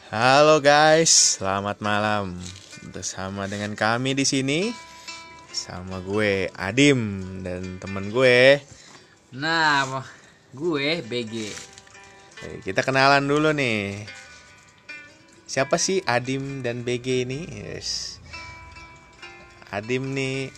Halo guys, selamat malam. Bersama dengan kami di sini, sama gue Adim dan temen gue. Nah, gue BG. Kita kenalan dulu nih. Siapa sih Adim dan BG ini? Yes. Adim nih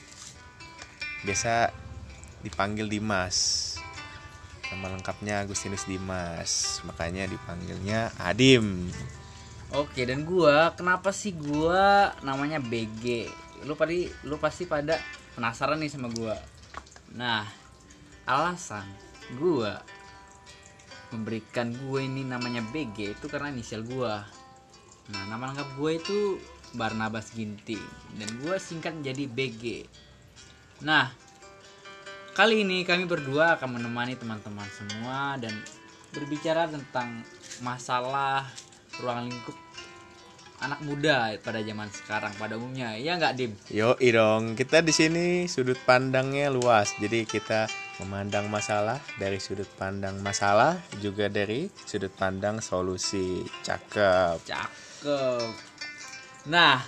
biasa dipanggil Dimas. Nama lengkapnya Agustinus Dimas, makanya dipanggilnya Adim. Oke, dan gue kenapa sih gue namanya BG? Lu pasti pada penasaran nih sama gue. Nah, alasan gue memberikan gue ini namanya BG itu karena inisial gue. Nah, nama lengkap gue itu Barnabas Ginting dan gue singkat jadi BG. Nah, kali ini kami berdua akan menemani teman-teman semua dan berbicara tentang masalah ruang lingkup anak muda pada zaman sekarang pada umumnya. Ya nggak, Dim? Yoi dong, kita di sini sudut pandangnya luas. Jadi kita memandang masalah dari sudut pandang masalah, juga dari sudut pandang solusi. Cakep. Cakep. Nah,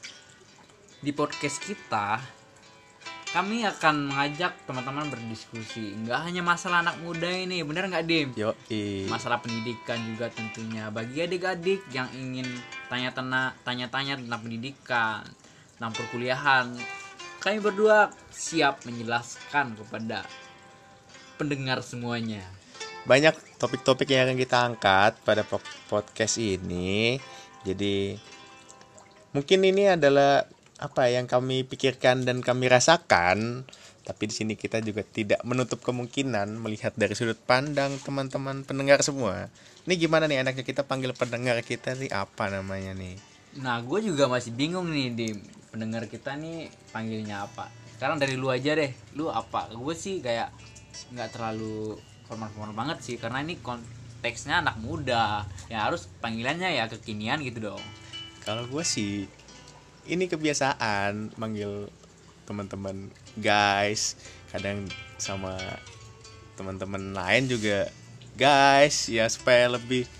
di podcast kita kami akan mengajak teman-teman berdiskusi. Nggak hanya masalah anak muda ini, bener nggak, Dim? Yoi. Masalah pendidikan juga tentunya. Bagi adik-adik yang ingin tanya-tanya tentang pendidikan, tentang perkuliahan, kami berdua siap menjelaskan kepada pendengar semuanya. Banyak topik-topik yang akan kita angkat pada podcast ini. Jadi mungkin ini adalah apa yang kami pikirkan dan kami rasakan, tapi di sini kita juga tidak menutup kemungkinan melihat dari sudut pandang teman-teman pendengar semua. Ini gimana nih enaknya kita panggil pendengar kita nih apa namanya nih? Nah, gue juga masih bingung nih, Dim. Pendengar kita nih panggilnya apa? Sekarang dari lu aja deh. Lu apa? Gue sih kayak nggak terlalu formal-formal banget sih, karena ini konteksnya anak muda. Ya harus panggilannya ya kekinian gitu dong. Kalau gue sih ini kebiasaan manggil teman-teman guys, kadang sama teman-teman lain juga guys, ya supaya lebih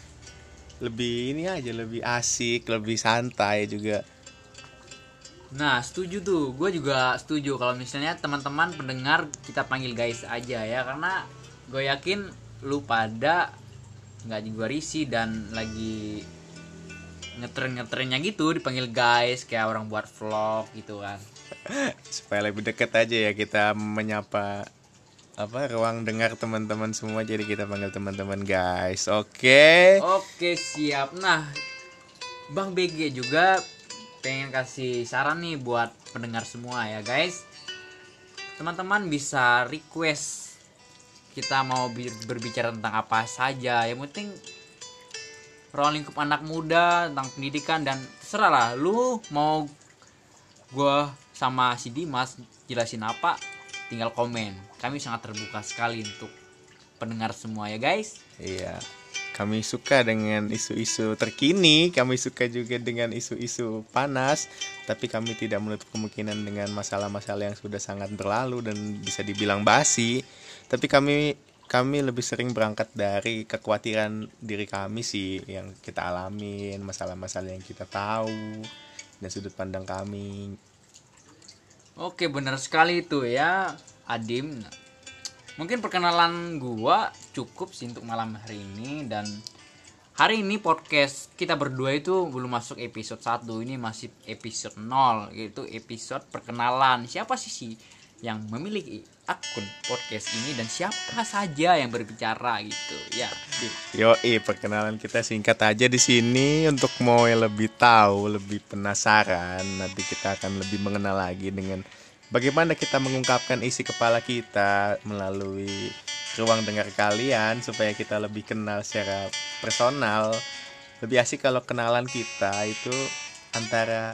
ini aja, lebih asik, lebih santai juga. Nah, setuju tuh. Gue juga setuju kalau misalnya teman-teman pendengar kita panggil guys aja ya, karena gue yakin lu pada nggak juga risih dan lagi ngetrennya gitu dipanggil guys kayak orang buat vlog gitu kan. Supaya lebih deket aja ya kita menyapa ruang dengar teman-teman semua, jadi kita panggil teman-teman guys. Oke. Oke, siap. Nah, Bang BG juga pengen kasih saran nih buat pendengar semua ya guys. Teman-teman bisa request kita mau berbicara tentang apa saja. Yang penting ruang lingkup anak muda, tentang pendidikan, dan terserah lah lu mau gue sama si Dimas jelasin apa, tinggal komen. Kami sangat terbuka sekali untuk pendengar semua ya guys. Iya, kami suka dengan isu-isu terkini, kami suka juga dengan isu-isu panas, tapi kami tidak menutup kemungkinan dengan masalah-masalah yang sudah sangat berlalu dan bisa dibilang basi. Tapi kami lebih sering berangkat dari kekhawatiran diri kami sih yang kita alamin, masalah-masalah yang kita tahu dan sudut pandang kami. Oke, benar sekali itu ya Adim. Mungkin perkenalan gua cukup sih untuk malam hari ini, dan hari ini podcast kita berdua itu belum masuk episode 1, ini masih episode 0, yaitu episode perkenalan. Siapa sih yang memiliki akun podcast ini dan siapa saja yang berbicara gitu ya. Yoi, perkenalan kita singkat aja di sini untuk mau yang lebih tahu, lebih penasaran. Nanti kita akan lebih mengenal lagi dengan bagaimana kita mengungkapkan isi kepala kita melalui ruang dengar kalian, supaya kita lebih kenal secara personal. Lebih asik kalau kenalan kita itu antara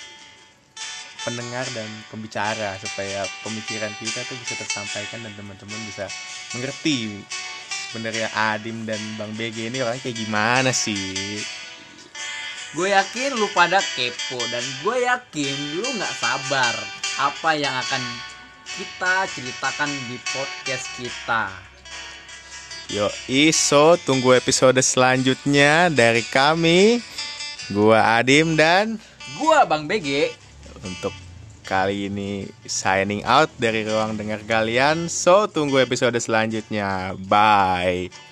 pendengar dan pembicara, supaya pemikiran kita tuh bisa tersampaikan dan teman-teman bisa mengerti sebenarnya Adim dan Bang BG ini orangnya kayak gimana sih. Gue yakin lu pada kepo dan gue yakin lu nggak sabar apa yang akan kita ceritakan di podcast kita. Yo, tunggu episode selanjutnya dari kami. Gua Adim dan Gua Bang BG. untuk kali ini signing out dari ruang dengar kalian. So tunggu episode selanjutnya. Bye.